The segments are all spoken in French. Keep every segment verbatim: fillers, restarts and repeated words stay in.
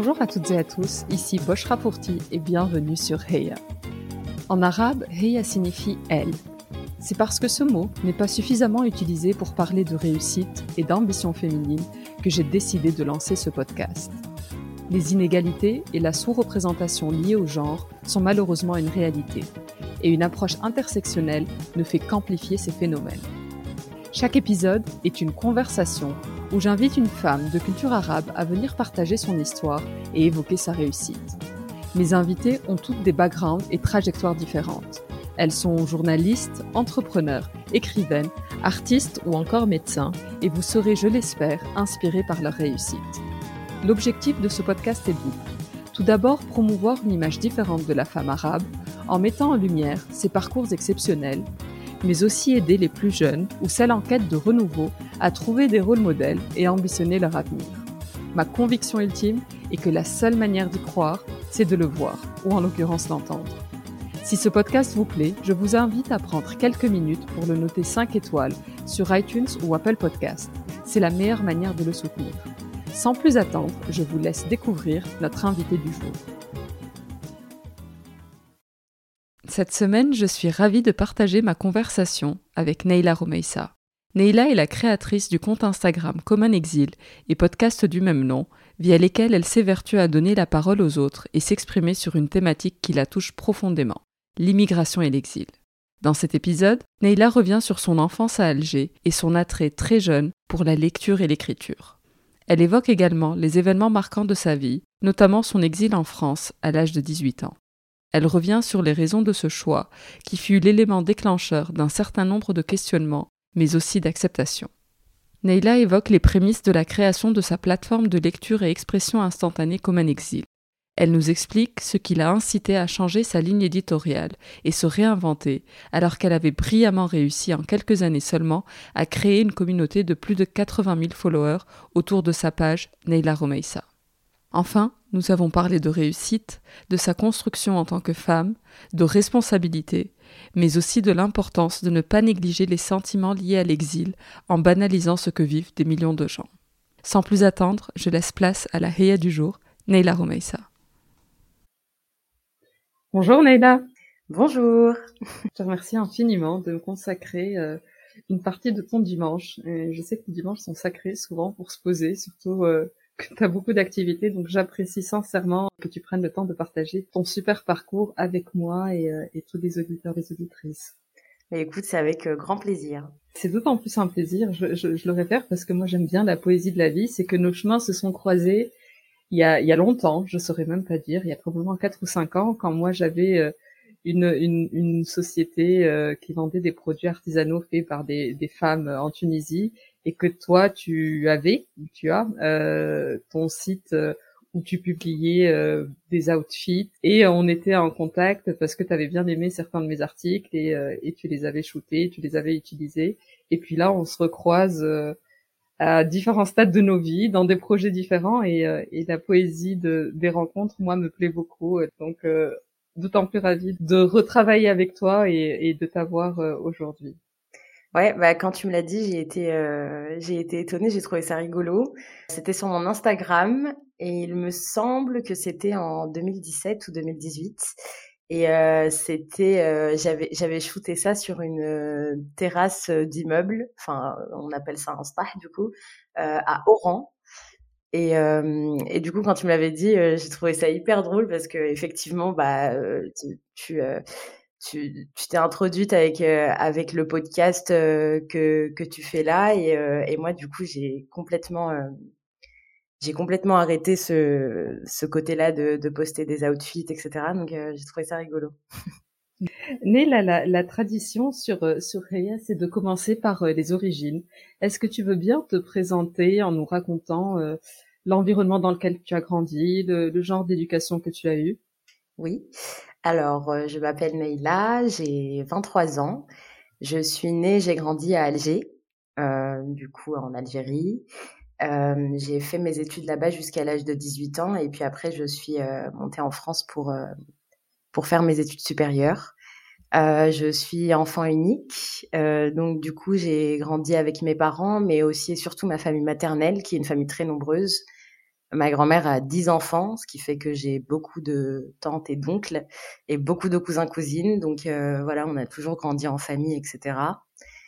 Bonjour à toutes et à tous, ici Boshra Pourti et bienvenue sur Heya. En arabe, Heya signifie « elle ». C'est parce que ce mot n'est pas suffisamment utilisé pour parler de réussite et d'ambition féminine que j'ai décidé de lancer ce podcast. Les inégalités et la sous-représentation liées au genre sont malheureusement une réalité, et une approche intersectionnelle ne fait qu'amplifier ces phénomènes. Chaque épisode est une conversation où j'invite une femme de culture arabe à venir partager son histoire et évoquer sa réussite. Mes invitées ont toutes des backgrounds et trajectoires différentes. Elles sont journalistes, entrepreneurs, écrivaines, artistes ou encore médecins, et vous serez, je l'espère, inspirés par leur réussite. L'objectif de ce podcast est double. Tout d'abord, promouvoir une image différente de la femme arabe, en mettant en lumière ses parcours exceptionnels, mais aussi aider les plus jeunes ou celles en quête de renouveau à trouver des rôles modèles et ambitionner leur avenir. Ma conviction ultime est que la seule manière d'y croire, c'est de le voir, ou en l'occurrence l'entendre. Si ce podcast vous plaît, je vous invite à prendre quelques minutes pour le noter cinq étoiles sur iTunes ou Apple Podcast. C'est la meilleure manière de le soutenir. Sans plus attendre, je vous laisse découvrir notre invité du jour. Cette semaine, je suis ravie de partager ma conversation avec Neyla Romeissa. Neyla est la créatrice du compte Instagram Common Exil et podcast du même nom, via lesquels elle s'évertue à donner la parole aux autres et s'exprimer sur une thématique qui la touche profondément, l'immigration et l'exil. Dans cet épisode, Neyla revient sur son enfance à Alger et son attrait très jeune pour la lecture et l'écriture. Elle évoque également les événements marquants de sa vie, notamment son exil en France à l'âge de dix-huit ans. Elle revient sur les raisons de ce choix, qui fut l'élément déclencheur d'un certain nombre de questionnements, mais aussi d'acceptation. Neyla évoque les prémices de la création de sa plateforme de lecture et expression instantanée Common Exil. Elle nous explique ce qui l'a incité à changer sa ligne éditoriale et se réinventer, alors qu'elle avait brillamment réussi en quelques années seulement à créer une communauté de plus de quatre-vingt mille followers autour de sa page Neyla Romeissa. Enfin, nous avons parlé de réussite, de sa construction en tant que femme, de responsabilité, mais aussi de l'importance de ne pas négliger les sentiments liés à l'exil en banalisant ce que vivent des millions de gens. Sans plus attendre, je laisse place à la Heya du jour, Neyla Romeissa. Bonjour Neyla. Bonjour. Je te remercie infiniment de me consacrer euh, une partie de ton dimanche. Et je sais que les dimanches sont sacrés souvent pour se poser, surtout euh, que tu as beaucoup d'activités, donc j'apprécie sincèrement que tu prennes le temps de partager ton super parcours avec moi et, euh, et tous les auditeurs et les auditrices. Et écoute, c'est avec euh, grand plaisir. C'est d'autant plus un plaisir, je, je, je le répète, parce que moi j'aime bien la poésie de la vie, c'est que nos chemins se sont croisés il y a, il y a longtemps, je saurais même pas dire, il y a probablement quatre ou cinq ans, quand moi j'avais euh, une, une, une société euh, qui vendait des produits artisanaux faits par des, des femmes en Tunisie, et que toi tu avais, tu as euh, ton site euh, où tu publiais euh, des outfits, et on était en contact parce que tu avais bien aimé certains de mes articles et, euh, et tu les avais shootés, tu les avais utilisés, et puis là on se recroise euh, à différents stades de nos vies, dans des projets différents, et, euh, et la poésie de, des rencontres, moi, me plaît beaucoup. Donc, euh, d'autant plus ravie de retravailler avec toi et, et de t'avoir euh, aujourd'hui. Ouais, bah quand tu me l'as dit, j'ai été, euh, j'ai été étonnée, j'ai trouvé ça rigolo. C'était sur mon Instagram et il me semble que c'était en deux mille dix-sept ou deux mille dix-huit. Et euh, c'était, euh, j'avais, j'avais shooté ça sur une euh, terrasse d'immeuble, enfin, on appelle ça un spa du coup, euh, à Oran. Et, euh, et du coup, quand tu me l'avais dit, euh, j'ai trouvé ça hyper drôle parce que effectivement, bah, euh, tu, tu, euh, tu, tu t'es introduite avec euh, avec le podcast euh, que que tu fais là, et, euh, et moi, du coup, j'ai complètement euh, j'ai complètement arrêté ce ce côté-là de de poster des outfits, et cetera. Donc, euh, j'ai trouvé ça rigolo. Neyla, la, la tradition sur euh, sur Heya, c'est de commencer par euh, les origines. Est-ce que tu veux bien te présenter en nous racontant euh, l'environnement dans lequel tu as grandi, le, le genre d'éducation que tu as eu? Oui. Alors, euh, je m'appelle Neyla, j'ai vingt-trois ans. Je suis née, j'ai grandi à Alger, euh, du coup en Algérie. Euh, j'ai fait mes études là-bas jusqu'à l'âge de dix-huit ans, et puis après je suis euh, montée en France pour euh, pour faire mes études supérieures. Euh, je suis enfant unique, euh, donc du coup j'ai grandi avec mes parents, mais aussi et surtout ma famille maternelle, qui est une famille très nombreuse. Ma grand-mère a dix enfants, ce qui fait que j'ai beaucoup de tantes et d'oncles et beaucoup de cousins-cousines. Donc heu, voilà, on a toujours grandi en famille et cetera.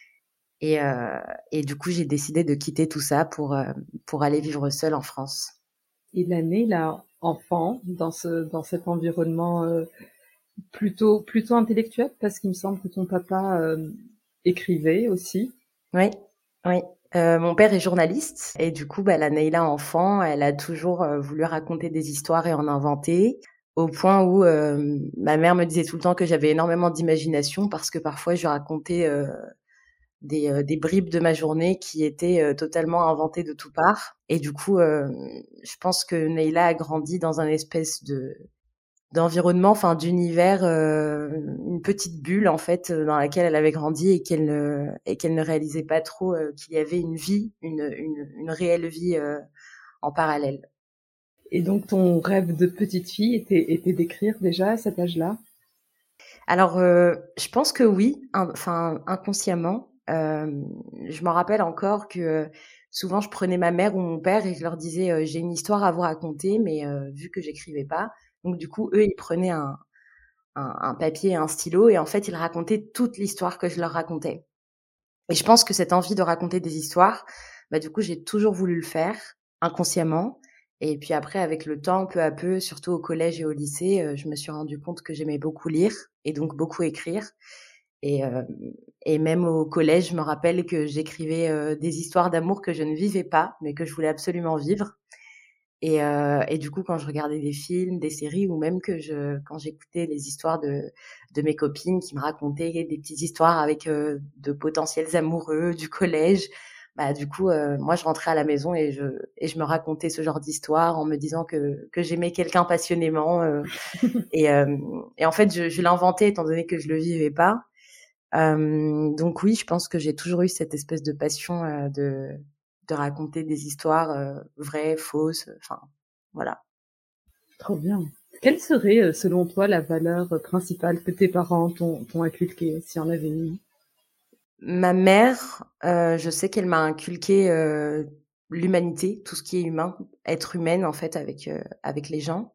Et heu et du coup, j'ai décidé de quitter tout ça pour, heu, pour aller vivre seule en France. Il est né là, enfant, dans ce dans cet environnement, heu, plutôt plutôt intellectuel? Parce qu'il me semble que ton papa, hem, écrivait aussi. Oui, oui. Heu, mon père est journaliste et du coup, bah, la Neila enfant, elle a toujours, heu, voulu raconter des histoires et en inventer, au point où, hem, ma mère me disait tout le temps que j'avais énormément d'imagination parce que parfois je lui racontais, heu, des, heu, des bribes de ma journée qui étaient, heu, totalement inventées de toutes parts et du coup, hem, je pense que Neila a grandi dans un espèce de d'environnement, enfin d'univers, heu, une petite bulle en fait, heu, dans laquelle elle avait grandi et qu'elle ne et qu'elle ne réalisait pas trop, heu, qu'il y avait une vie, une une une réelle vie, heu, en parallèle. Et donc ton rêve de petite fille était était d'écrire déjà à cet âge-là? Alors, heu, je pense que oui, in enfin inconsciemment, hem, je m'en rappelle encore que, heu, souvent je prenais ma mère ou mon père et je leur disais, heu: «J'ai une histoire à vous raconter», mais heu, vu que j'écrivais pas, donc du coup, eux, ils prenaient un un un papier et un stylo et en fait, ils racontaient toute l'histoire que je leur racontais. Et je pense que cette envie de raconter des histoires, bah, du coup, j'ai toujours voulu le faire, inconsciemment. Et puis après, avec le temps, peu à peu, surtout au collège et au lycée, heu, je me suis rendu compte que j'aimais beaucoup lire et donc beaucoup écrire. Et hem et même au collège, je me rappelle que j'écrivais, heu, des histoires d'amour que je ne vivais pas, mais que je voulais absolument vivre. Et heu et du coup, quand je regardais des films, des séries ou même que je quand j'écoutais les histoires de de mes copines qui me racontaient des petites histoires avec, heu, de potentiels amoureux du collège, bah, du coup, heu, moi, je rentrais à la maison et je et je me racontais ce genre d'histoire en me disant que que j'aimais quelqu'un passionnément, heu et hem et en fait, je je l'inventais étant donné que je le vivais pas. Hem, donc oui, je pense que j'ai toujours eu cette espèce de passion, heu, de de raconter des histoires, heu, vraies, fausses, enfin, voilà. Trop bien. Quelle serait, heu, selon toi, la valeur, heu, principale que tes parents t'ont t'ont inculquée, s'il y en avait une? Ma mère, heu, je sais qu'elle m'a inculqué, heu, l'humanité, tout ce qui est humain, être humaine, en fait, avec, heu, avec les gens.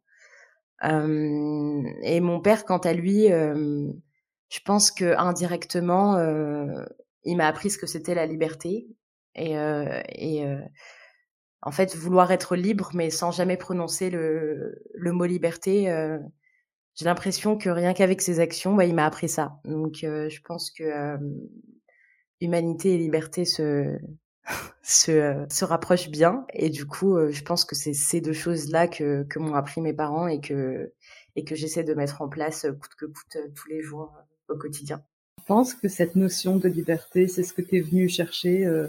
Hem et mon père, quant à lui, hem, je pense qu'indirectement, heu, il m'a appris ce que c'était la liberté et heu et heu en fait, vouloir être libre, mais sans jamais prononcer le le mot liberté, heu, j'ai l'impression que rien qu'avec ses actions, bah, il m'a appris ça. Donc heu, je pense que, hem, humanité et liberté se se, heu, se rapprochent bien et du coup, heu, je pense que c'est ces deux choses-là que que m'ont appris mes parents et que et que j'essaie de mettre en place, heu, coûte que coûte, heu, tous les jours, heu, au quotidien. Je pense que cette notion de liberté, c'est ce que tu es venue chercher, heu,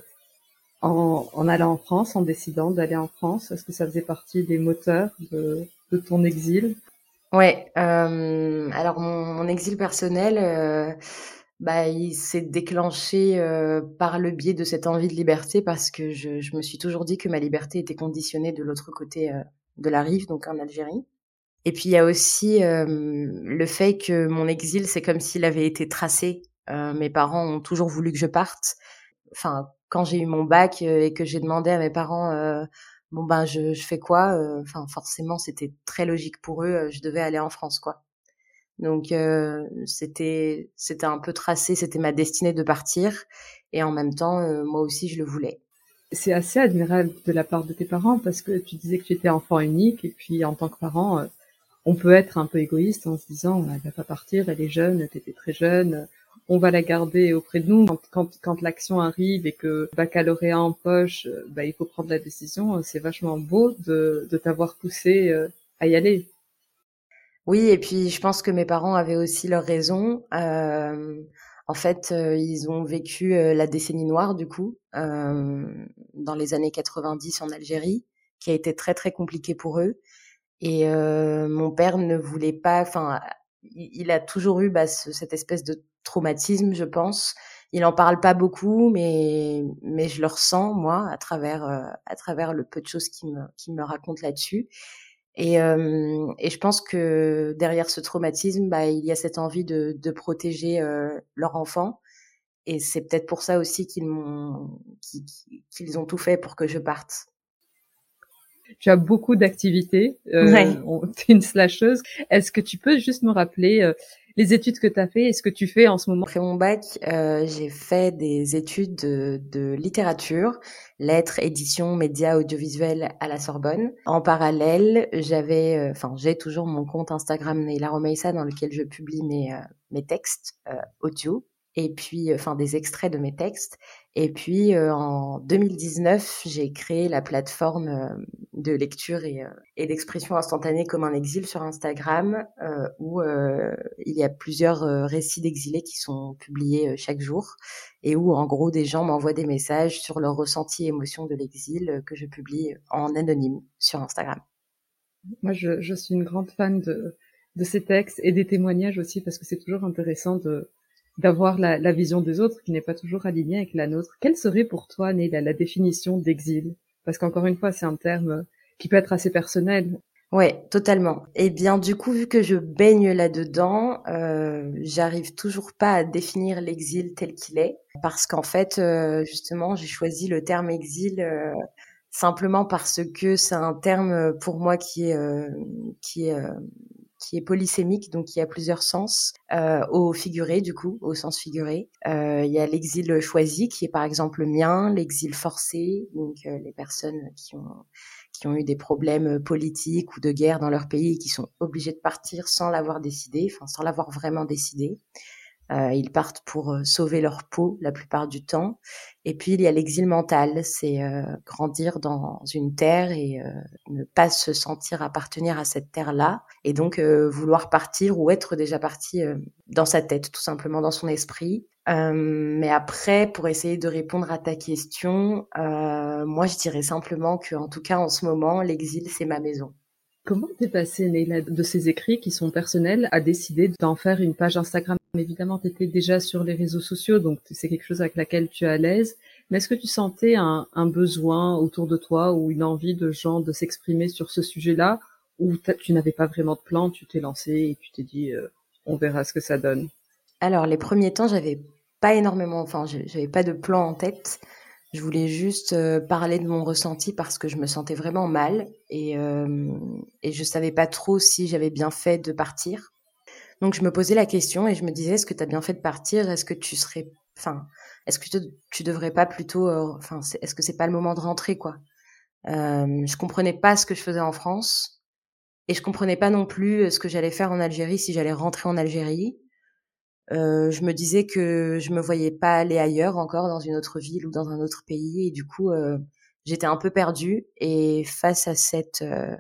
en en allant en France, en décidant d'aller en France? Est-ce que ça faisait partie des moteurs de de ton exil? Ouais, hem, alors mon mon exil personnel, heu, bah, il s'est déclenché, heu, par le biais de cette envie de liberté parce que je je me suis toujours dit que ma liberté était conditionnée de l'autre côté, heu, de la rive, donc en Algérie. Et puis il y a aussi, hem, le fait que mon exil, c'est comme s'il avait été tracé. Heu, mes parents ont toujours voulu que je parte. Enfin, quand j'ai eu mon bac, heu, et que j'ai demandé à mes parents, heu: «Bon, ben, je je fais quoi?» heu, enfin, forcément, c'était très logique pour eux, heu, je devais aller en France, quoi. Donc heu, c'était c'était un peu tracé, c'était ma destinée de partir et en même temps, heu, moi aussi, je le voulais. C'est assez admirable de la part de tes parents parce que tu disais que tu étais enfant unique et puis en tant que parent, heu, on peut être un peu égoïste en se disant: «Elle va pas partir, elle est jeune, tu étais très jeune, on va la garder auprès de nous». Quand quand quand l'action arrive et que baccalauréat en poche, heu, bah, il faut prendre la décision, heu, c'est vachement beau de de t'avoir poussé, heu, à y aller. Oui et puis je pense que mes parents avaient aussi leurs raisons. Hem, en fait, heu, ils ont vécu, heu, la décennie noire du coup, hem, dans les années quatre-vingt-dix en Algérie, qui a été très, très compliquée pour eux et heu, mon père ne voulait pas enfin, il il a toujours eu, bah, ce cette espèce de traumatisme, je pense. Il en parle pas beaucoup mais mais je le ressens moi à travers, heu, à travers le peu de choses qu'il me qu'il me raconte là-dessus et hem et je pense que derrière ce traumatisme, bah, il y a cette envie de de protéger, heu, leur enfant et c'est peut-être pour ça aussi qu'ils m'ont qu'ils qu'ils qu'ils ont tout fait pour que je parte. Tu as beaucoup d'activités, Ouais. euh, tu es une slasheuse. Est-ce que tu peux juste me rappeler euh, les études que tu as fait et ce que tu fais en ce moment? Après mon bac, euh, j'ai fait des études de, de littérature, lettres, édition, médias, audiovisuels à la Sorbonne. En parallèle, j'avais, euh, enfin, j'ai toujours mon compte Instagram Neila Romeissa dans lequel je publie mes, euh, mes textes euh, audio et puis, euh, enfin, des extraits de mes textes. Et puis, euh, en deux mille dix-neuf, j'ai créé la plateforme euh, de lecture et, euh, et d'expression instantanée comme un exil sur Instagram, euh, où euh, il y a plusieurs euh, récits d'exilés qui sont publiés euh, chaque jour et où, en gros, des gens m'envoient des messages sur leurs ressentis et émotions de l'exil euh, que je publie en anonyme sur Instagram. Moi, je, je suis une grande fan de, de ces textes et des témoignages aussi parce que c'est toujours intéressant de d'avoir la, la vision des autres qui n'est pas toujours alignée avec la nôtre. Quelle serait pour toi, Neil, la définition d'exil? Parce qu'encore une fois, c'est un terme qui peut être assez personnel. Ouais, totalement. Et bien, du coup, vu que je baigne là-dedans, euh, j'arrive toujours pas à définir l'exil tel qu'il est, parce qu'en fait, euh, justement, j'ai choisi le terme exil euh, simplement parce que c'est un terme pour moi qui est euh, qui est euh, qui est polysémique, donc qui a plusieurs sens, euh, au figuré du coup, au sens figuré. Euh, il y a l'exil choisi qui est par exemple le mien, l'exil forcé, donc euh, les personnes qui ont qui ont eu des problèmes politiques ou de guerre dans leur pays et qui sont obligés de partir sans l'avoir décidé, enfin sans l'avoir vraiment décidé. Euh, ils partent pour euh, sauver leur peau la plupart du temps. Et puis il y a l'exil mental, c'est euh, grandir dans une terre et euh, ne pas se sentir appartenir à cette terre-là, et donc euh, vouloir partir ou être déjà parti euh, dans sa tête, tout simplement dans son esprit. Euh, mais après, pour essayer de répondre à ta question, euh, moi je dirais simplement que, en tout cas en ce moment, l'exil c'est ma maison. Comment t'es passée, Neila, de ces écrits qui sont personnels à décider d'en faire une page Instagram? Évidemment, tu étais déjà sur les réseaux sociaux, donc c'est quelque chose avec laquelle tu es à l'aise. Mais est-ce que tu sentais un, un besoin autour de toi ou une envie de gens de s'exprimer sur ce sujet-là, ou tu n'avais pas vraiment de plan, tu t'es lancé et tu t'es dit euh, on verra ce que ça donne? Alors les premiers temps, j'avais pas énormément, enfin j'avais pas de plan en tête. Je voulais juste euh, parler de mon ressenti parce que je me sentais vraiment mal et, euh, et je savais pas trop si j'avais bien fait de partir. Donc je me posais la question et je me disais, est-ce que tu as bien fait de partir? Est-ce que tu serais, enfin, est-ce que te- tu devrais pas plutôt, euh, enfin, c'est- est-ce que c'est pas le moment de rentrer, quoi? Euh, je comprenais pas ce que je faisais en France et je comprenais pas non plus ce que j'allais faire en Algérie si j'allais rentrer en Algérie. Euh, je me disais que je me voyais pas aller ailleurs encore dans une autre ville ou dans un autre pays et du coup euh, j'étais un peu perdue et face à cette euh,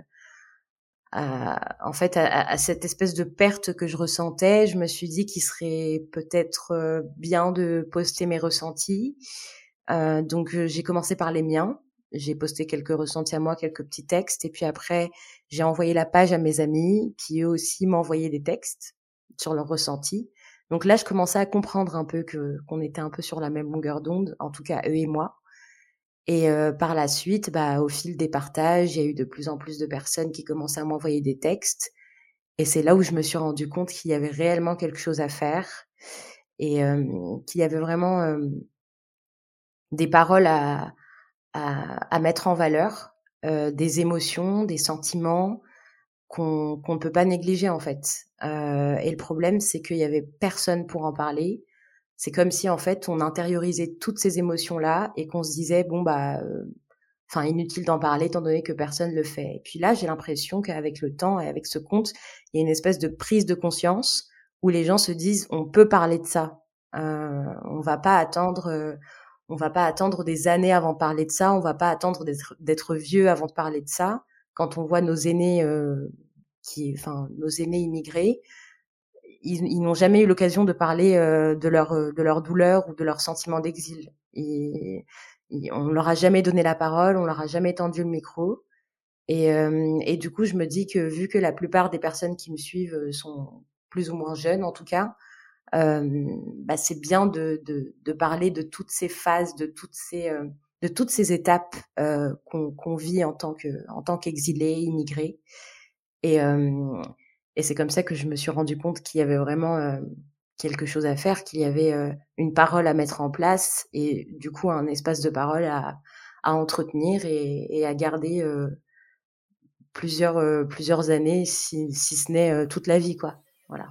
à, en fait à, à cette espèce de perte que je ressentais, je me suis dit qu'il serait peut-être euh, bien de poster mes ressentis. Euh, donc euh, j'ai commencé par les miens. J'ai posté quelques ressentis à moi, quelques petits textes et puis après j'ai envoyé la page à mes amis qui eux aussi m'envoyaient des textes sur leurs ressentis. Donc là, je commençais à comprendre un peu que qu'on était un peu sur la même longueur d'onde, en tout cas eux et moi. Et heu, par la suite, bah, au fil des partages, il y a eu de plus en plus de personnes qui commençaient à m'envoyer des textes et c'est là où je me suis rendu compte qu'il y avait réellement quelque chose à faire et hem, qu'il y avait vraiment, hem, des paroles à à à mettre en valeur, heu, des émotions, des sentiments qu'on qu'on ne peut pas négliger, en fait. Heu et le problème, c'est qu'il y avait personne pour en parler. C'est comme si, en fait, on intériorisait toutes ces émotions-là et qu'on se disait: «Bon, bah, heu, enfin, inutile d'en parler étant donné que personne le fait». Et puis là, j'ai l'impression qu'avec le temps et avec ce compte, il y a une espèce de prise de conscience où les gens se disent: «On peut parler de ça». Heu, on va pas attendre, heu, on va pas attendre des années avant de parler de ça, on va pas attendre d'être d'être vieux avant de parler de ça. Quand on voit nos aînés, heu, qui enfin, nos aînés immigrés, ils ils n'ont jamais eu l'occasion de parler, heu, de leur, heu, de leur douleur ou de leurs sentiments d'exil. Et et on leur a jamais donné la parole, on leur a jamais tendu le micro et hem et du coup, je me dis que vu que la plupart des personnes qui me suivent, heu, sont plus ou moins jeunes en tout cas, hem, bah, c'est bien de de de parler de toutes ces phases, de toutes ces, heu, de toutes ces étapes, heu, qu'on qu'on vit en tant que en tant qu'exilés, immigrés. Et hem et c'est comme ça que je me suis rendu compte qu'il y avait vraiment, heu, quelque chose à faire, qu'il y avait, heu, une parole à mettre en place et du coup un espace de parole à à entretenir et et à garder, heu plusieurs, heu, plusieurs années, si si ce n'est, heu, toute la vie, quoi. Voilà.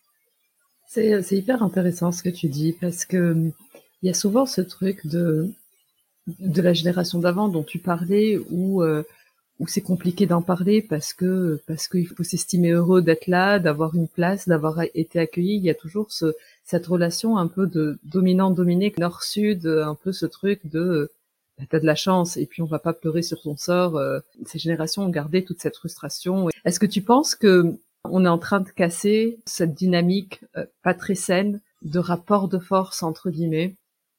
C'est, c'est hyper intéressant ce que tu dis parce que hum, il y a souvent ce truc de de la génération d'avant dont tu parlais où euh, où c'est compliqué d'en parler parce que parce qu'il faut s'estimer heureux d'être là, d'avoir une place, d'avoir été accueilli. Il y a toujours ce cette relation un peu de dominant-dominé, nord-sud, un peu ce truc de bah, t'as de la chance et puis on va pas pleurer sur ton sort. Euh, Ces générations ont gardé toute cette frustration. Est-ce que tu penses que on est en train de casser cette dynamique euh, pas très saine de rapport de force entre guillemets?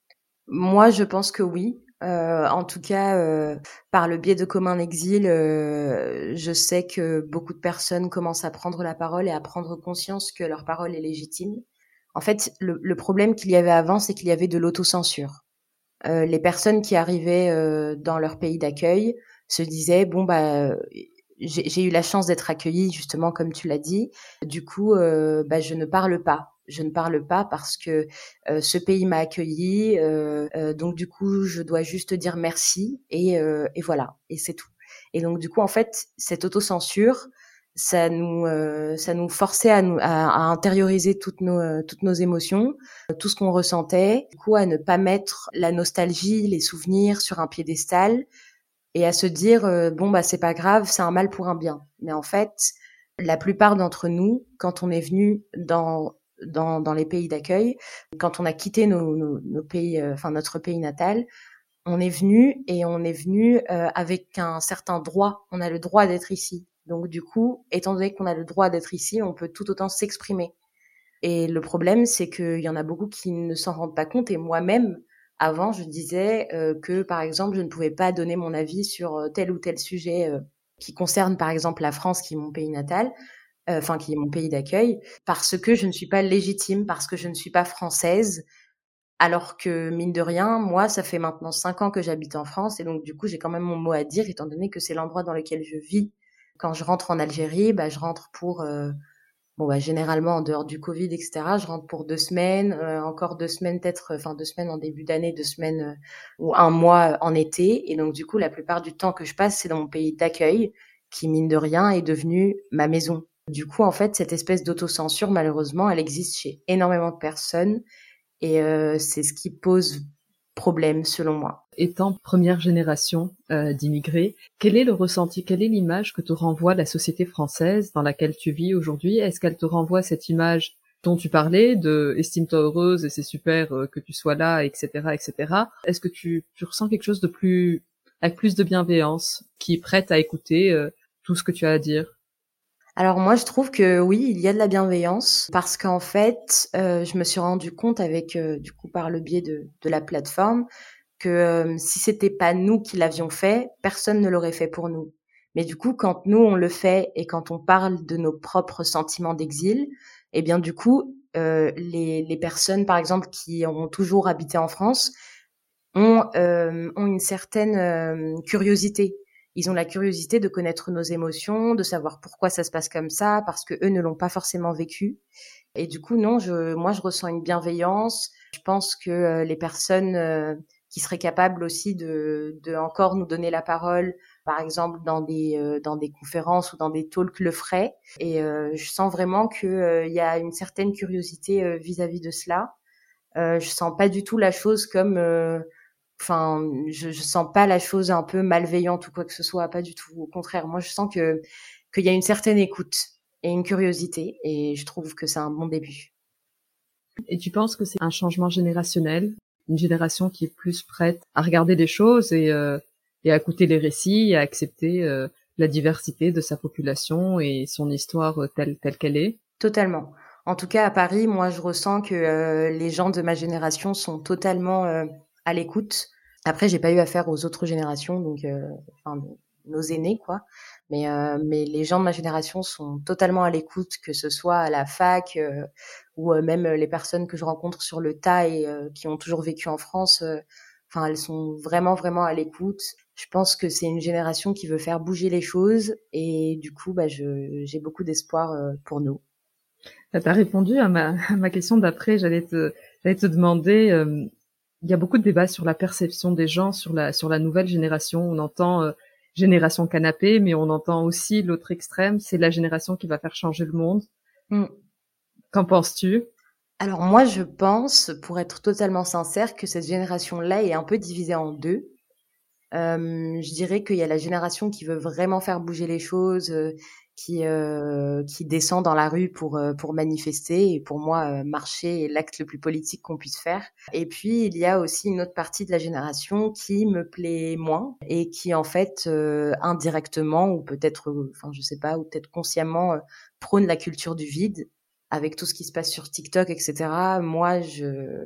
Moi, je pense que oui. Heu, en tout cas, heu, par le biais de Commun Exil, heu, je sais que beaucoup de personnes commencent à prendre la parole et à prendre conscience que leur parole est légitime. En fait, le le problème qu'il y avait avant, c'est qu'il y avait de l'autocensure. Heu, les personnes qui arrivaient, heu, dans leur pays d'accueil se disaient: «Bon, bah, heu, j'ai j'ai eu la chance d'être accueillie justement comme tu l'as dit. Du coup, heu, bah, je ne parle pas. Je ne parle pas parce que, heu, ce pays m'a accueillie, heu heu, donc du coup, je dois juste dire merci et heu et voilà et c'est tout». Et donc du coup, en fait, cette autocensure, ça nous, heu, ça nous forçait à nous à à intérioriser toutes nos, heu, toutes nos émotions, tout ce qu'on ressentait, du coup à ne pas mettre la nostalgie, les souvenirs sur un piédestal et à se dire euh, bon bah c'est pas grave, c'est un mal pour un bien. Mais en fait, la plupart d'entre nous, quand on est venu dans dans, dans les pays d'accueil, quand on a quitté nos, nos, nos pays, euh, enfin notre pays natal, on est venu et on est venu euh, avec un certain droit. On a le droit d'être ici. Donc du coup, étant donné qu'on a le droit d'être ici, on peut tout autant s'exprimer. Et le problème, c'est qu'il y en a beaucoup qui ne s'en rendent pas compte. Et moi-même, avant, je disais euh, que, par exemple, je ne pouvais pas donner mon avis sur euh, tel ou tel sujet euh, qui concerne, par exemple, la France, qui est mon pays natal, euh, enfin, qui est mon pays d'accueil, parce que je ne suis pas légitime, parce que je ne suis pas française. Alors que, mine de rien, moi, ça fait maintenant cinq ans que j'habite en France. Et donc, du coup, j'ai quand même mon mot à dire, étant donné que c'est l'endroit dans lequel je vis. Quand je rentre en Algérie, bah, je rentre pour... Euh, Bon, bah, généralement, en dehors du Covid, et cetera, je rentre pour deux semaines, euh, encore deux semaines peut-être, enfin deux semaines en début d'année, deux semaines euh, ou un mois en été. Et donc, du coup, la plupart du temps que je passe, c'est dans mon pays d'accueil, qui, mine de rien, est devenu ma maison. Du coup, en fait, cette espèce d'autocensure, malheureusement, elle existe chez énormément de personnes et euh, c'est ce qui pose problème, selon moi. Étant première génération euh, d'immigrés, quel est le ressenti, quelle est l'image que te renvoie la société française dans laquelle tu vis aujourd'hui? Est-ce qu'elle te renvoie cette image dont tu parlais, de estime-toi heureuse et c'est super euh, que tu sois là, et cetera, et cetera. Est-ce que tu, tu ressens quelque chose de plus, avec plus de bienveillance, qui est prête à écouter euh, tout ce que tu as à dire? Alors moi, je trouve que oui, il y a de la bienveillance parce qu'en fait, euh, je me suis rendu compte avec, euh, du coup, par le biais de, de la plateforme, que euh, si c'était pas nous qui l'avions fait, personne ne l'aurait fait pour nous. Mais du coup, quand nous on le fait et quand on parle de nos propres sentiments d'exil, eh bien du coup, euh, les, les personnes, par exemple, qui ont toujours habité en France, ont, euh, ont une certaine euh, curiosité. Ils ont la curiosité de connaître nos émotions, de savoir pourquoi ça se passe comme ça, parce que eux ne l'ont pas forcément vécu. Et du coup, non, je, moi, je ressens une bienveillance. Je pense que euh, les personnes euh, qui seraient capables aussi de, de encore nous donner la parole, par exemple dans des euh, dans des conférences ou dans des talks, le feraient. Et euh, je sens vraiment que euh, il y a une certaine curiosité euh, vis-à-vis de cela. Euh, je sens pas du tout la chose comme euh, Enfin, je, je sens pas la chose un peu malveillante ou quoi que ce soit, pas du tout. Au contraire, moi, je sens que qu'il y a une certaine écoute et une curiosité, et je trouve que c'est un bon début. Et tu penses que c'est un changement générationnel, une génération qui est plus prête à regarder les choses et, euh, et à écouter les récits, et à accepter euh, la diversité de sa population et son histoire euh, telle telle qu'elle est? Totalement. En tout cas, à Paris, moi, je ressens que euh, les gens de ma génération sont totalement euh, à l'écoute. Après, j'ai pas eu affaire aux autres générations, donc euh, enfin nos aînés, quoi. Mais euh, mais les gens de ma génération sont totalement à l'écoute, que ce soit à la fac euh, ou euh, même les personnes que je rencontre sur le tas et euh, qui ont toujours vécu en France. euh, Enfin, elles sont vraiment vraiment à l'écoute. Je pense que c'est une génération qui veut faire bouger les choses et du coup, bah, je j'ai beaucoup d'espoir euh, pour nous. Tu as répondu à ma, à ma question d'après. J'allais te, j'allais te demander, euh, il y a beaucoup de débats sur la perception des gens, sur la, sur la nouvelle génération. On entend, euh, génération canapé, mais on entend aussi l'autre extrême, c'est la génération qui va faire changer le monde. Mmh. Qu'en penses-tu? Alors moi, je pense, pour être totalement sincère, que cette génération-là est un peu divisée en deux. Euh, je dirais qu'il y a la génération qui veut vraiment faire bouger les choses, euh, qui euh, qui descend dans la rue pour euh, pour manifester. Et pour moi, euh, marcher est l'acte le plus politique qu'on puisse faire. Et puis il y a aussi une autre partie de la génération qui me plaît moins et qui en fait euh, indirectement ou peut-être, euh, enfin je sais pas, ou peut-être consciemment euh, prône la culture du vide avec tout ce qui se passe sur TikTok, et cetera. Moi, je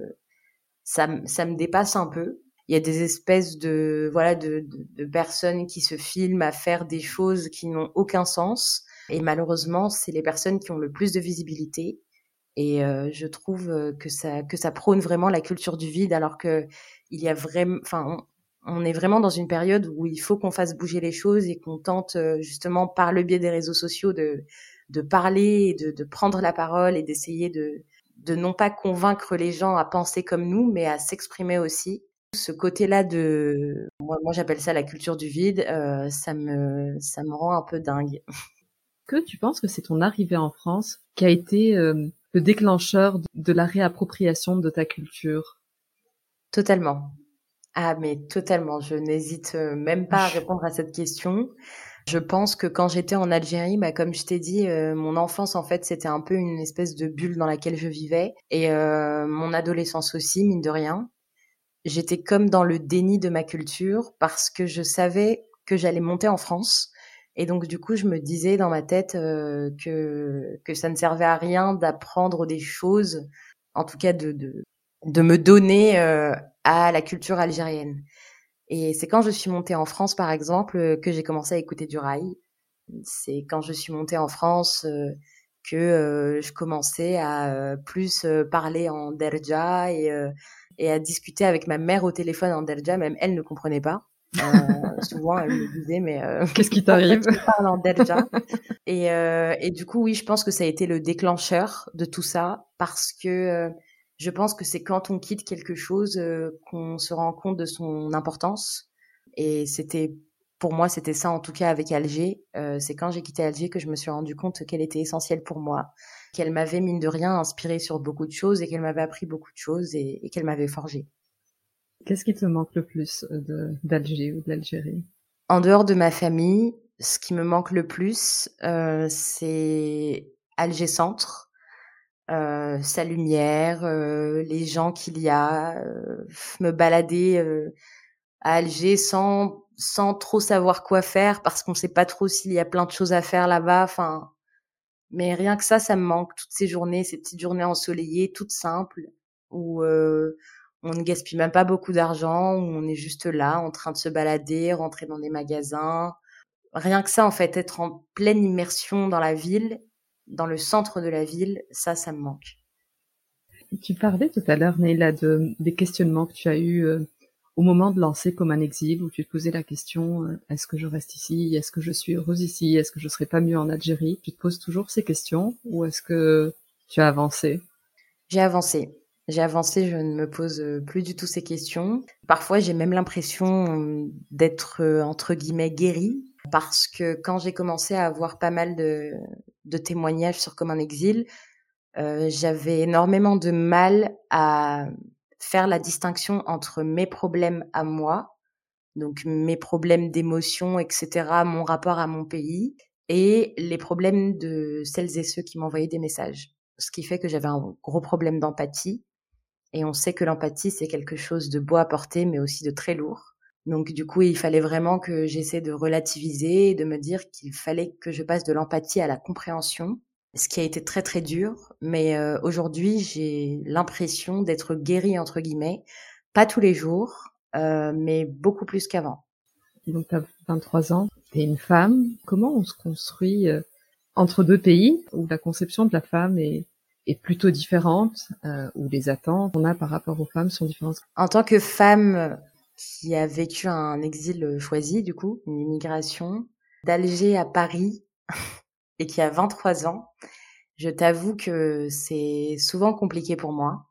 ça m- ça me dépasse un peu. Il y a des espèces de voilà de, de, de personnes qui se filment à faire des choses qui n'ont aucun sens. Et malheureusement, c'est les personnes qui ont le plus de visibilité. Et euh, je trouve euh, que ça que ça prône vraiment la culture du vide, alors que il y a vraiment, enfin, on, on est vraiment dans une période où il faut qu'on fasse bouger les choses et qu'on tente euh, justement par le biais des réseaux sociaux de de parler, et de, de prendre la parole et d'essayer de de non pas convaincre les gens à penser comme nous, mais à s'exprimer aussi. Ce côté-là de, moi, moi j'appelle ça la culture du vide, euh, ça me, ça me rend un peu dingue. Que tu penses que c'est ton arrivée en France qui a été euh, le déclencheur de la réappropriation de ta culture? Totalement. Ah, mais totalement. Je n'hésite euh, même pas à répondre à cette question. Je pense que quand j'étais en Algérie, bah, comme je t'ai dit, euh, mon enfance, en fait, c'était un peu une espèce de bulle dans laquelle je vivais. Et euh, mon adolescence aussi, mine de rien. J'étais comme dans le déni de ma culture parce que je savais que j'allais monter en France. Et donc, du coup, je me disais dans ma tête euh, que, que ça ne servait à rien d'apprendre des choses, en tout cas de, de, de me donner euh, à la culture algérienne. Et c'est quand je suis montée en France, par exemple, euh, que j'ai commencé à écouter du rail. C'est quand je suis montée en France euh, que euh, je commençais à euh, plus euh, parler en derja et, euh, et à discuter avec ma mère au téléphone en derja. Même elle ne comprenait pas. Euh, souvent, elle me disait, mais euh, Qu'est-ce qui pourquoi t'arrive? tu me parles en derja? Et, euh, et du coup, oui, je pense que ça a été le déclencheur de tout ça parce que euh, je pense que c'est quand on quitte quelque chose euh, qu'on se rend compte de son importance. Et c'était, pour moi, c'était ça en tout cas avec Alger. Euh, c'est quand j'ai quitté Alger que je me suis rendu compte qu'elle était essentielle pour moi, qu'elle m'avait mine de rien inspirée sur beaucoup de choses et qu'elle m'avait appris beaucoup de choses et, et qu'elle m'avait forgée. Qu'est-ce qui te manque le plus de, d'Alger ou de l'Algérie? En dehors de ma famille, ce qui me manque le plus, euh, c'est Alger Centre. Euh, sa lumière, euh, les gens qu'il y a, euh, me balader euh, à Alger sans sans trop savoir quoi faire parce qu'on sait pas trop s'il y a plein de choses à faire là-bas. Enfin, mais rien que ça, ça me manque. Toutes ces journées, ces petites journées ensoleillées, toutes simples, où euh, on ne gaspille même pas beaucoup d'argent, où on est juste là, en train de se balader, rentrer dans des magasins. Rien que ça, en fait, être en pleine immersion dans la ville, dans le centre de la ville, ça, ça me manque. Tu parlais tout à l'heure, Neila, de, des questionnements que tu as eus euh, au moment de lancer Comme un exil, où tu te posais la question, euh, est-ce que je reste ici? Est-ce que je suis heureuse ici? Est-ce que je serais pas mieux en Algérie? Tu te poses toujours ces questions ou est-ce que tu as avancé? J'ai avancé. J'ai avancé, je ne me pose euh, plus du tout ces questions. Parfois, j'ai même l'impression euh, d'être, euh, entre guillemets, guérie, parce que quand j'ai commencé à avoir pas mal de, de témoignages sur Comme un exil, euh, j'avais énormément de mal à faire la distinction entre mes problèmes à moi, donc mes problèmes d'émotion, et cetera, mon rapport à mon pays, et les problèmes de celles et ceux qui m'envoyaient des messages. Ce qui fait que j'avais un gros problème d'empathie. Et on sait que l'empathie, c'est quelque chose de beau à porter, mais aussi de très lourd. Donc du coup, il fallait vraiment que j'essaie de relativiser et de me dire qu'il fallait que je passe de l'empathie à la compréhension, ce qui a été très très dur. Mais euh, aujourd'hui, j'ai l'impression d'être guérie, entre guillemets, pas tous les jours, euh, mais beaucoup plus qu'avant. Donc, tu as vingt-trois ans, tu es une femme. Comment on se construit euh, entre deux pays où la conception de la femme est, est plutôt différente, euh, où les attentes qu'on a par rapport aux femmes sont différentes? En tant que femme qui a vécu un exil choisi, du coup, une immigration, d'Alger à Paris et qui a vingt-trois ans, je t'avoue que c'est souvent compliqué pour moi.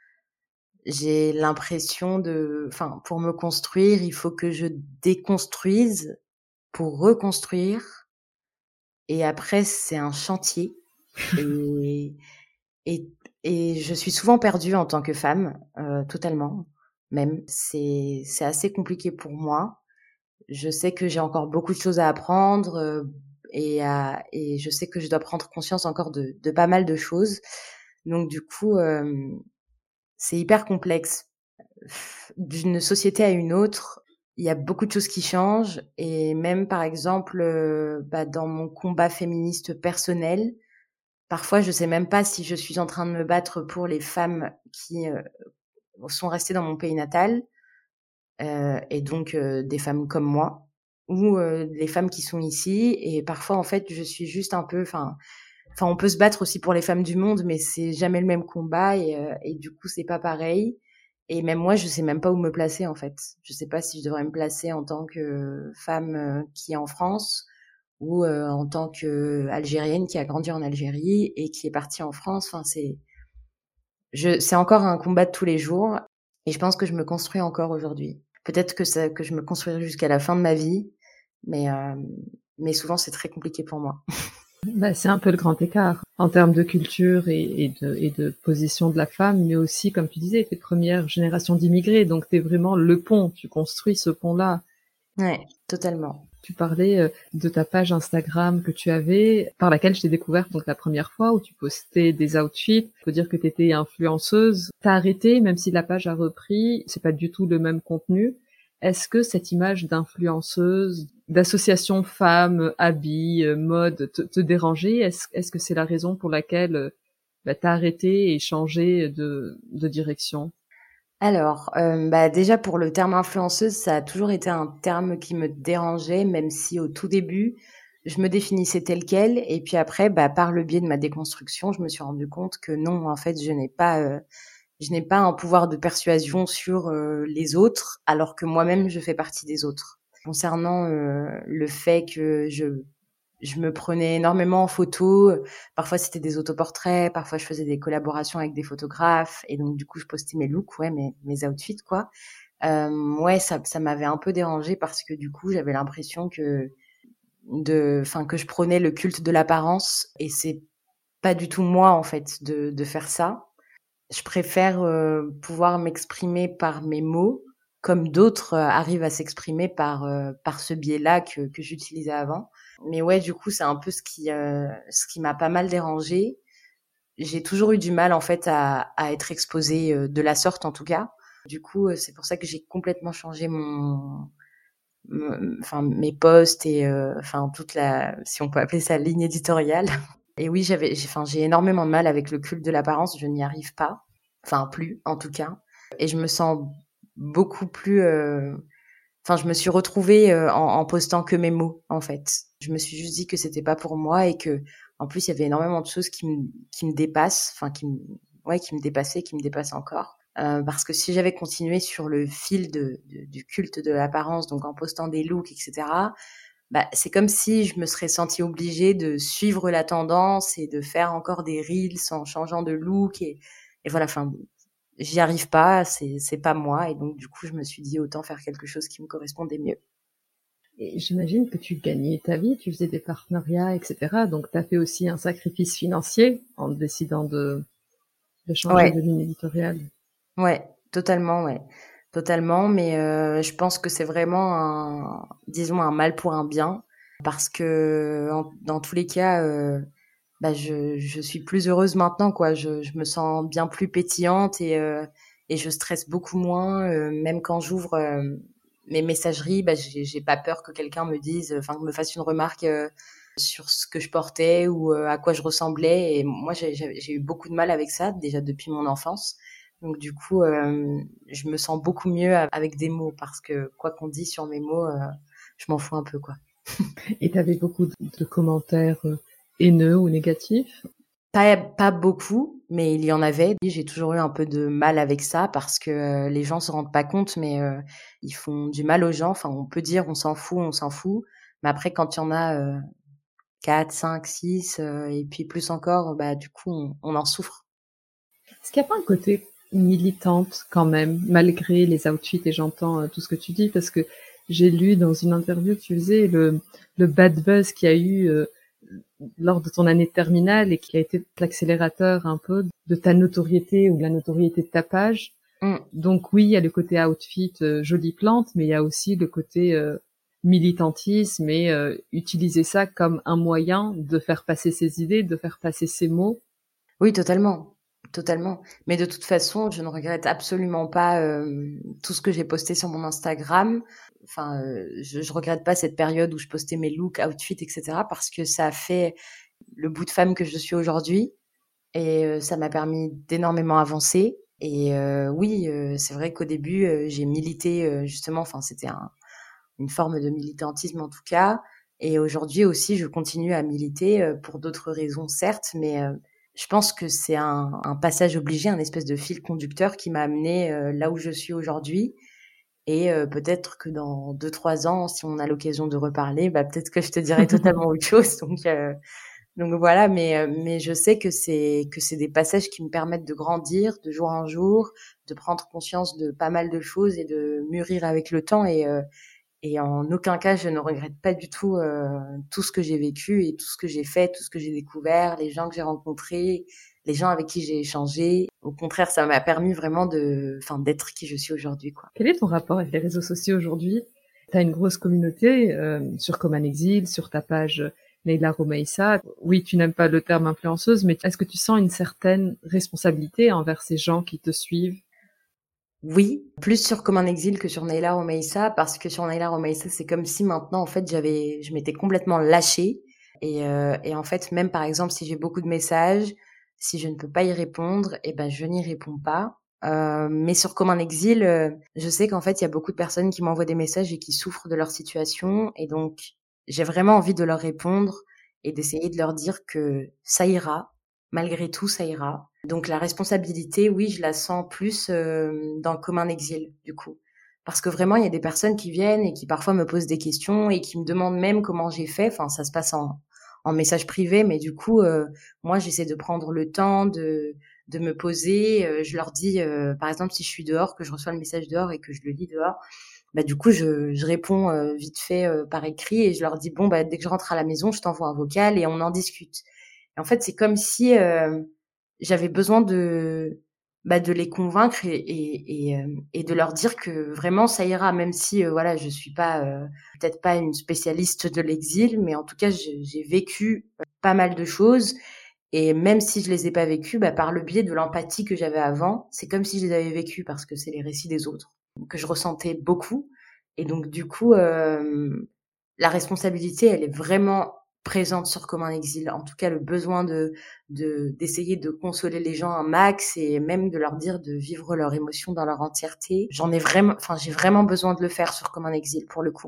J'ai l'impression de, enfin, pour me construire, il faut que je déconstruise pour reconstruire et après c'est un chantier et et et je suis souvent perdue en tant que femme, heu, totalement même. C'est c'est assez compliqué pour moi. Je sais que j'ai encore beaucoup de choses à apprendre, heu et à et je sais que je dois prendre conscience encore de de pas mal de choses. Donc du coup, hem, c'est hyper complexe. D'une société à une autre, il y a beaucoup de choses qui changent et même par exemple, heu, bah, dans mon combat féministe personnel, parfois je sais même pas si je suis en train de me battre pour les femmes qui, heu, sont restées dans mon pays natal, heu et donc heu, des femmes comme moi ou heu, les femmes qui sont ici et parfois en fait je suis juste un peu enfin enfin on peut se battre aussi pour les femmes du monde mais c'est jamais le même combat et heu et du coup c'est pas pareil et même moi je sais même pas où me placer en fait. Je sais pas si je devrais me placer en tant que femme, heu, qui est en France ou heu, en tant qu'Algérienne qui a grandi en Algérie et qui est partie en France. Enfin c'est je c'est encore un combat de tous les jours et je pense que je me construis encore aujourd'hui. Peut-être que ça que je me construirai jusqu'à la fin de ma vie, mais hem, mais souvent c'est très compliqué pour moi. Bah, c'est un peu le grand écart en termes de culture et et de et de position de la femme, mais aussi, comme tu disais, tu es première génération d'immigrés, donc tu es vraiment le pont, tu construis ce pont-là. Ouais, totalement. Tu parlais, heu, de ta page Instagram que tu avais, par laquelle je t'ai découverte donc la première fois, où tu postais des outfits. Faut dire que tu étais influenceuse. Tu as arrêté, même si la page a repris, c'est pas du tout le même contenu. Est-ce que cette image d'influenceuse, d'association femmes, habits, heu, mode te te dérangeait? Est-ce est-ce que c'est la raison pour laquelle, heu, bah, tu as arrêté et changé de de direction? Alors, hem, bah, déjà pour le terme influenceuse, ça a toujours été un terme qui me dérangeait, même si au tout début, je me définissais telle quelle et puis après, bah, par le biais de ma déconstruction, je me suis rendu compte que non, en fait, je n'ai pas, heu, je n'ai pas un pouvoir de persuasion sur, heu, les autres, alors que moi-même je fais partie des autres. Concernant, heu, le fait que je je me prenais énormément en photo, heu, parfois c'était des autoportraits, parfois je faisais des collaborations avec des photographes et donc du coup je postais mes looks, ouais, mes mes outfits quoi. Hem, ouais, ça ça m'avait un peu dérangée parce que du coup j'avais l'impression que de enfin que je prônais le culte de l'apparence et c'est pas du tout moi en fait de de faire ça. Je préfère, heu, pouvoir m'exprimer par mes mots, comme d'autres, heu, arrivent à s'exprimer par, heu, par ce biais-là que que j'utilisais avant. Mais ouais, du coup, c'est un peu ce qui, heu, ce qui m'a pas mal dérangée. J'ai toujours eu du mal, en fait, à à être exposée, heu, de la sorte, en tout cas. Du coup, heu, c'est pour ça que j'ai complètement changé mon me enfin, mes posts et heu, enfin, toute la si on peut appeler ça ligne éditoriale. Et oui, j'avais j'ai enfin, j'ai énormément de mal avec le culte de l'apparence, je n'y arrive pas. Enfin, plus, en tout cas. Et je me sens beaucoup plus, heu enfin, je me suis retrouvée, heu, en en postant que mes mots, en fait. Je me suis juste dit que c'était pas pour moi et qu'en plus, il y avait énormément de choses qui me qui me dépassent, enfin qui me ouais, qui me dépassaient, qui me dépassent encore. Heu, parce que si j'avais continué sur le fil de de du culte de l'apparence, donc en postant des looks et cetera, bah, c'est comme si je me serais sentie obligée de suivre la tendance et de faire encore des reels en changeant de look et et voilà, enfin, j'y arrive pas, c'est c'est pas moi et donc du coup, je me suis dit: «Autant faire quelque chose qui me correspondait mieux». Et j'imagine que tu gagnais ta vie, tu faisais des partenariats, et cetera. Donc, tu as fait aussi un sacrifice financier en décidant de, de changer Ouais, de ligne éditoriale. ouais, totalement, ouais, totalement, mais heu, je pense que c'est vraiment un disons un mal pour un bien parce que en dans tous les cas, heu, bah, je je suis plus heureuse maintenant, quoi. Je je me sens bien plus pétillante et heu et je stresse beaucoup moins, heu, même quand j'ouvre, hem, mes messageries, bah, j'ai j'ai pas peur que quelqu'un me dise, enfin, me fasse une remarque, heu, sur ce que je portais ou heu, à quoi je ressemblais et moi, j'ai j'ai j'ai eu beaucoup de mal avec ça, déjà depuis mon enfance. Donc du coup, hem, je me sens beaucoup mieux a avec des mots parce que quoi qu'on dise sur mes mots, heu, je m'en fous un peu, quoi. Et tu avais beaucoup de, de commentaires euh, haineux ou négatifs. Pas pas beaucoup, mais il y en avait. J'ai toujours eu un peu de mal avec ça parce que, heu, les gens se rendent pas compte, mais, heu, ils font du mal aux gens. Enfin, on peut dire: «On s'en fout, on s'en fout», mais après quand il y en a, heu, quatre, cinq, six, heu et puis plus encore, bah, du coup, on on en souffre. Est-ce qu'il n'y a pas un côté militante quand même, malgré les outfits, et j'entends euh, tout ce que tu dis, parce que j'ai lu dans une interview que tu faisais le, le bad buzz qu'il y a eu euh, lors de ton année de terminale et qui a été l'accélérateur un peu de ta notoriété ou de la notoriété de ta page. Mm. Donc oui, il y a le côté outfit, euh, jolie plante, mais il y a aussi le côté euh, militantisme et euh, utiliser ça comme un moyen de faire passer ses idées, de faire passer ses mots. Oui, totalement, totalement. Mais de toute façon, je ne regrette absolument pas euh, tout ce que j'ai posté sur mon Instagram. Enfin, euh, je, je regrette pas cette période où je postais mes looks, outfits, et cetera. Parce que ça a fait le bout de femme que je suis aujourd'hui et euh, ça m'a permis d'énormément avancer. Et euh, oui, euh, c'est vrai qu'au début, euh, j'ai milité euh, justement. Enfin, c'était un, une forme de militantisme en tout cas. Et aujourd'hui aussi, je continue à militer euh, pour d'autres raisons, certes, mais euh, je pense que c'est un, un passage obligé, un espèce de fil conducteur qui m'a amené euh, là où je suis aujourd'hui. Et euh, peut-être que dans deux, trois ans, si on a l'occasion de reparler, bah, peut-être que je te dirai totalement autre chose. Donc, euh, donc voilà, mais, euh, mais je sais que c'est, que c'est des passages qui me permettent de grandir de jour en jour, de prendre conscience de pas mal de choses et de mûrir avec le temps. Et, euh, et en aucun cas, je ne regrette pas du tout euh, tout ce que j'ai vécu et tout ce que j'ai fait, tout ce que j'ai découvert, les gens que j'ai rencontrés, les gens avec qui j'ai échangé. Au contraire, ça m'a permis vraiment de, enfin, d'être qui je suis aujourd'hui, quoi. Quel est ton rapport avec les réseaux sociaux aujourd'hui? Tu as une grosse communauté euh, sur Comme un exil, sur ta page Leila Romeissa. Oui, tu n'aimes pas le terme influenceuse, mais est-ce que tu sens une certaine responsabilité envers ces gens qui te suivent? Oui, plus sur Comme un exil que sur Naila Romeissa, parce que sur Naila Romeissa, c'est comme si maintenant, en fait, j'avais, je m'étais complètement lâchée. Et, euh, et en fait, même par exemple, si j'ai beaucoup de messages, si je ne peux pas y répondre, eh ben, je n'y réponds pas. Euh, mais sur Comme un exil, euh, je sais qu'en fait, il y a beaucoup de personnes qui m'envoient des messages et qui souffrent de leur situation. Et donc, j'ai vraiment envie de leur répondre et d'essayer de leur dire que ça ira. Malgré tout, ça ira. Donc la responsabilité, oui, je la sens plus euh, dans Comme un exil, du coup. Parce que vraiment, il y a des personnes qui viennent et qui parfois me posent des questions et qui me demandent même comment j'ai fait. Enfin, ça se passe en, en message privé, mais du coup, euh, moi, j'essaie de prendre le temps de, de me poser. Euh, je leur dis, euh, par exemple, si je suis dehors, que je reçois le message dehors et que je le lis dehors, bah du coup, je, je réponds euh, vite fait euh, par écrit et je leur dis, bon, bah dès que je rentre à la maison, je t'envoie un vocal et on en discute. Et en fait, c'est comme si euh, j'avais besoin de bah, de les convaincre et et et, euh, et de leur dire que vraiment ça ira, même si euh, voilà, je suis pas euh, peut-être pas une spécialiste de l'exil, mais en tout cas, j'ai, j'ai vécu euh, pas mal de choses. Et même si je les ai pas vécues, bah, par le biais de l'empathie que j'avais avant, c'est comme si je les avais vécues parce que c'est les récits des autres que je ressentais beaucoup. Et donc du coup, euh, la responsabilité, elle est vraiment présente sur Comme un exil. En tout cas, le besoin de, de d'essayer de consoler les gens un max et même de leur dire de vivre leurs émotions dans leur entièreté. J'en ai vraiment, enfin, j'ai vraiment besoin de le faire sur Comme un exil pour le coup.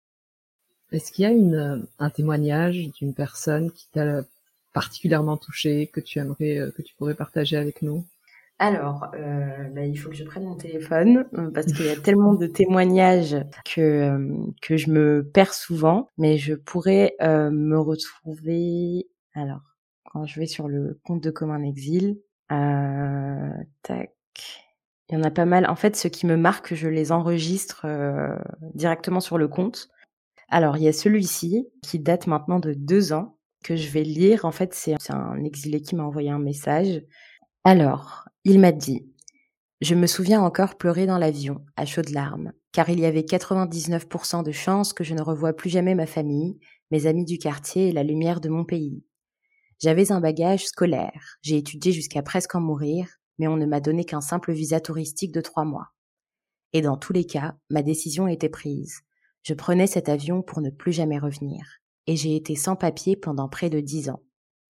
Est-ce qu'il y a une, un témoignage d'une personne qui t'a particulièrement touché, que tu aimerais, euh, que tu pourrais partager avec nous? Alors, euh, bah, il faut que je prenne mon téléphone euh, parce qu'il y a tellement de témoignages que euh, que je me perds souvent, mais je pourrais euh, me retrouver. Alors, quand je vais sur le compte de Comme un exil, euh, tac, il y en a pas mal. En fait, ceux qui me marquent, je les enregistre euh, directement sur le compte. Alors, il y a celui-ci qui date maintenant de deux ans que je vais lire. En fait, c'est c'est un exilé qui m'a envoyé un message. Alors, il m'a dit: je me souviens encore pleurer dans l'avion, à chaudes larmes, car il y avait quatre-vingt-dix-neuf pour cent de chances que je ne revoie plus jamais ma famille, mes amis du quartier et la lumière de mon pays. J'avais un bagage scolaire, j'ai étudié jusqu'à presque en mourir, mais on ne m'a donné qu'un simple visa touristique de trois mois. Et dans tous les cas, ma décision était prise. Je prenais cet avion pour ne plus jamais revenir, et j'ai été sans papier pendant près de dix ans.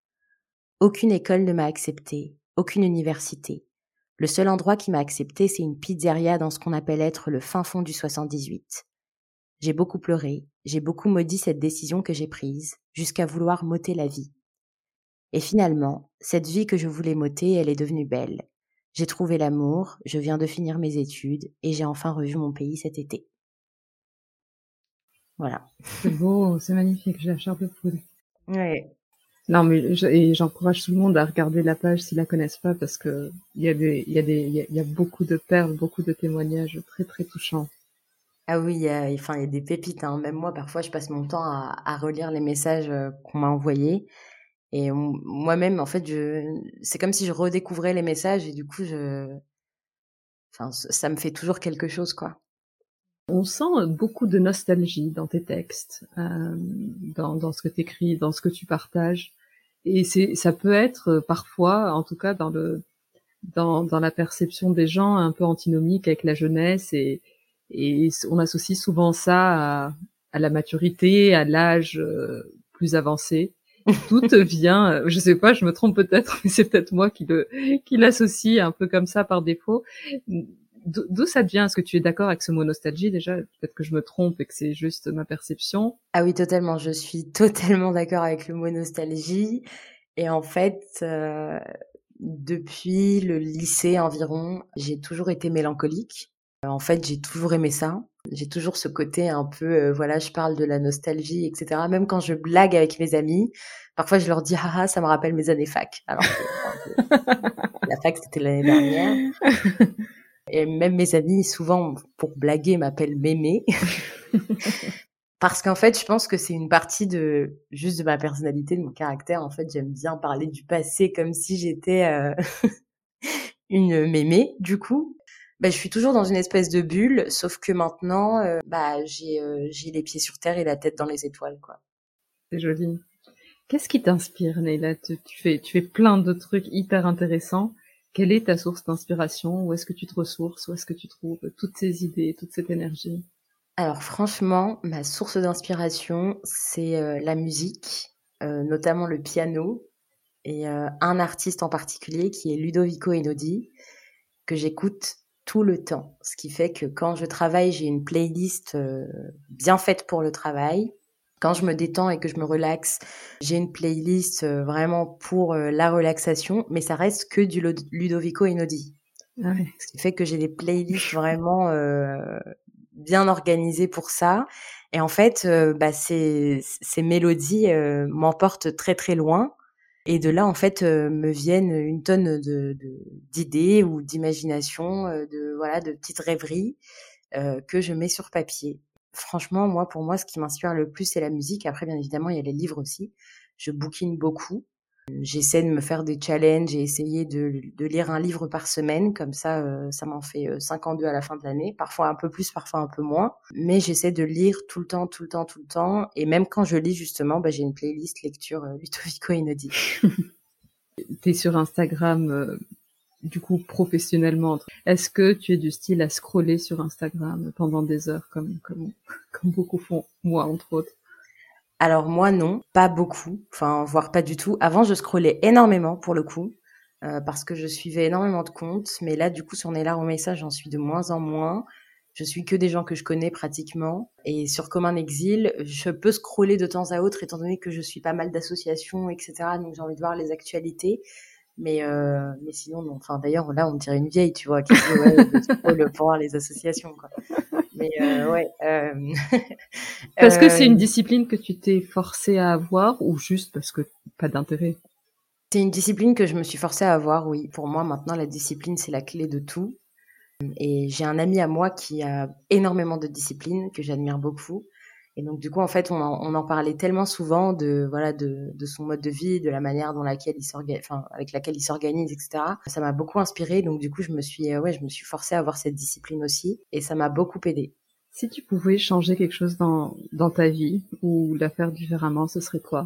Aucune école ne m'a acceptée, aucune université. Le seul endroit qui m'a accepté, c'est une pizzeria dans ce qu'on appelle être le fin fond du soixante-dix-huit. J'ai beaucoup pleuré, j'ai beaucoup maudit cette décision que j'ai prise, jusqu'à vouloir m'ôter la vie. Et finalement, cette vie que je voulais m'ôter, elle est devenue belle. J'ai trouvé l'amour, je viens de finir mes études, et j'ai enfin revu mon pays cet été. Voilà. C'est beau, c'est magnifique, j'ai la chair de poule. Ouais. Non, mais je, et j'encourage tout le monde à regarder la page s'ils la connaissent pas parce que il y a des, il y a des, il y a, il y a beaucoup de perles, beaucoup de témoignages très très touchants. Ah oui, il y a enfin, il y a des pépites, hein. Même moi, parfois, je passe mon temps à à relire les messages, heu, qu'on m'a envoyés et m moi-même, en fait, je c'est comme si je redécouvrais les messages et du coup, je enfin, ç ça me fait toujours quelque chose, quoi. On sent beaucoup de nostalgie dans tes textes, hem, dans dans ce que tu écris, dans ce que tu partages et c'est ça peut être, heu, parfois, en tout cas dans le dans dans la perception des gens, un peu antinomique avec la jeunesse et et s on associe souvent ça à à la maturité, à l'âge, heu, plus avancé. D'où te vient, heu, je sais pas, je me trompe peut-être, mais c'est peut-être moi qui le qui l'associe un peu comme ça par défaut. Mmh, d'où d'où ça te vient? Est-ce que tu es d'accord avec ce mot nostalgie déjà? Peut-être que je me trompe et que c'est juste ma perception. Ah oui, totalement, je suis totalement d'accord avec le mot nostalgie et en fait, heu, depuis le lycée environ, j'ai toujours été mélancolique. Heu, en fait, j'ai toujours aimé ça. J'ai toujours ce côté un peu, heu, voilà, je parle de la nostalgie et cetera. Même quand je blague avec mes amis, parfois je leur dis: «Ha ha, ça me rappelle mes années fac», alors que bon, je la fac, c'était l'année dernière et même mes amis, souvent, pour blaguer, m'appellent mémé. Parce qu'en fait, je pense que c'est une partie de juste de ma personnalité, de mon caractère. En fait, j'aime bien parler du passé comme si j'étais, heu, une mémé, du coup. Bah, je suis toujours dans une espèce de bulle, sauf que maintenant, heu, bah, j'ai, heu, j'ai les pieds sur terre et la tête dans les étoiles, quoi. C'est joli. Qu'est-ce qui t'inspire, Neila? Tu tu fais tu fais plein de trucs hyper intéressants. Quelle est ta source d'inspiration? Où est-ce que tu te ressources? Où est-ce que tu trouves toutes ces idées, toute cette énergie? Alors franchement, ma source d'inspiration, c'est, heu, la musique, heu, notamment le piano et heu, un artiste en particulier qui est Ludovico Einaudi, que j'écoute tout le temps. Ce qui fait que quand je travaille, j'ai une playlist, heu, bien faite pour le travail. Quand je me détends et que je me relaxe, j'ai une playlist, heu, vraiment pour, heu, la relaxation, mais ça reste que du Lod Ludovico Einaudi. Ah ouais. Ce qui fait que j'ai des playlists vraiment, heu, bien organisées pour ça et en fait, heu, bah, ces ces mélodies, heu, m'emportent très, très loin et de là, en fait, heu, me viennent une tonne de de d'idées ou d'imagination, heu, de voilà, de petites rêveries, heu, que je mets sur papier. Franchement, moi, pour moi, ce qui m'inspire le plus, c'est la musique. Après, bien évidemment, il y a les livres aussi. Je bouquine beaucoup. J'essaie de me faire des challenges et essayer de de lire un livre par semaine. Comme ça, heu, ça m'en fait, heu, cinquante-deux à la fin de l'année. Parfois un peu plus, parfois un peu moins. Mais j'essaie de lire tout le temps, tout le temps, tout le temps et même quand je lis justement, bah, j'ai une playlist lecture, heu, Ludovico Einaudi. Tu es sur Instagram, heu, du coup professionnellement. Est-ce que tu es du style à scroller sur Instagram pendant des heures comme comme comme beaucoup font, moi entre autres? Alors moi non, pas beaucoup, enfin voire pas du tout. Avant je scrollais énormément pour le coup, heu, parce que je suivais énormément de comptes, mais là du coup sur mes larges messages, j'en suis de moins en moins. Je suis que des gens que je connais pratiquement et sur Comme un exil, je peux scroller de temps à autre étant donné que je suis pas mal d'associations et cetera, donc j'ai envie de voir les actualités. Mais heu, mais sinon non. Enfin d'ailleurs là on me dirait une vieille, tu vois? Qui dit: «Ouais, je scrolle pour voir les associations», quoi. Mais heu, ouais, hem, Parce que c'est une hem discipline que tu t'es forcée à avoir ou juste parce que pas d'intérêt? C'est une discipline que je me suis forcée à avoir, oui. Pour moi, maintenant, la discipline, c'est la clé de tout. Et j'ai un ami à moi qui a énormément de discipline, que j'admire beaucoup. Et donc, du coup, en fait, on en, on en parlait tellement souvent de, voilà, de, de son mode de vie, de la manière dont laquelle il s'organise, enfin, avec laquelle il s'organise, et cetera. Ça m'a beaucoup inspirée. Donc, du coup, je me suis, euh, ouais, je me suis forcée à avoir cette discipline aussi. Et ça m'a beaucoup aidée. Si tu pouvais changer quelque chose dans dans ta vie ou la faire différemment, ce serait quoi?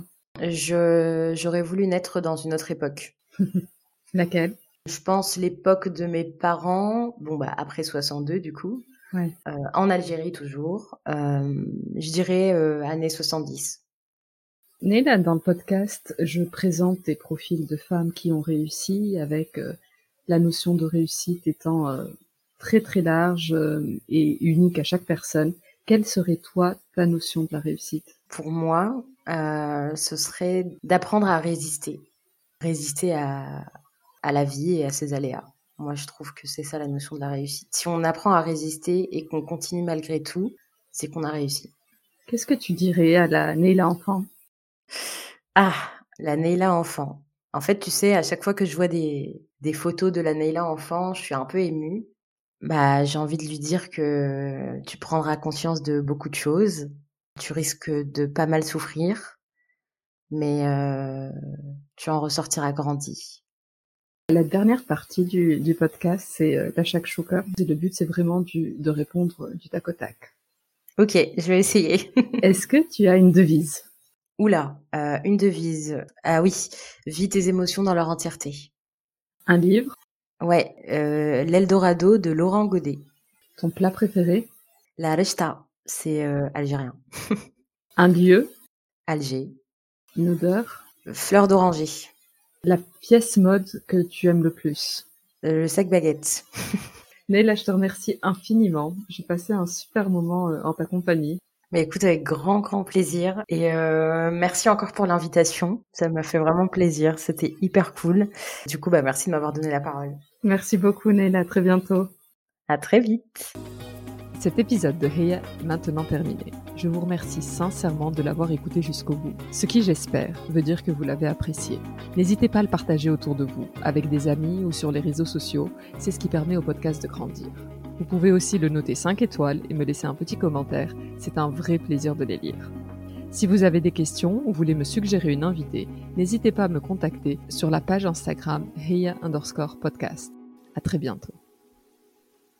Je, j'aurais voulu naître dans une autre époque. Laquelle? Je pense l'époque de mes parents, bon, bah, après soixante-deux, du coup. Ouais. Heu, en Algérie toujours, hem, je dirais, heu, années soixante-dix. Neila, dans le podcast, je présente des profils de femmes qui ont réussi avec, heu, la notion de réussite étant, heu, très, très large, hem, et unique à chaque personne. Quelle serait toi, ta notion de la réussite? Pour moi, heu, ce serait d'apprendre à résister. Résister à à la vie et à ses aléas. Moi, je trouve que c'est ça la notion de la réussite. Si on apprend à résister et qu'on continue malgré tout, c'est qu'on a réussi. Qu'est-ce que tu dirais à la Neila enfant? Ah! La Neila enfant. En fait, tu sais, à chaque fois que je vois des des photos de la Neila enfant, je suis un peu émue Bah, j'ai envie de lui dire que tu prendras conscience de beaucoup de choses. Tu risques de pas mal souffrir, mais heu, tu en ressortiras grandi. La dernière partie du, du podcast, c'est euh, la shakshuka. Et le but, c'est vraiment du, de répondre du tac au tac. OK, je vais essayer. Est-ce que tu as une devise? Ouh là, heu, une devise. Ah oui, vis tes émotions dans leur entièreté. Un livre? Ouais, heu, L'Eldorado de Laurent Godet. Ton plat préféré? La rechta, c'est, heu, algérien. Un lieu? Alger. Une odeur? Fleur d'oranger. La pièce mode que tu aimes le plus? Heu, le sac baguette. Neila, je te remercie infiniment. J'ai passé un super moment euh, en ta compagnie. Bah, écoute, avec grand, grand plaisir et heu, merci encore pour l'invitation. Ça m'a fait vraiment plaisir, c'était hyper cool. Du coup, bah, merci de m'avoir donné la parole. Merci beaucoup, Neila. À très bientôt. À très vite. Cet épisode de Heya est maintenant terminé. Je vous remercie sincèrement de l'avoir écouté jusqu'au bout, ce qui, j'espère, veut dire que vous l'avez apprécié. N'hésitez pas à le partager autour de vous, avec des amis ou sur les réseaux sociaux, c'est ce qui permet au podcast de grandir. Vous pouvez aussi le noter cinq étoiles et me laisser un petit commentaire, c'est un vrai plaisir de les lire. Si vous avez des questions ou voulez me suggérer une invitée, n'hésitez pas à me contacter sur la page Instagram Heya underscore podcast. À très bientôt.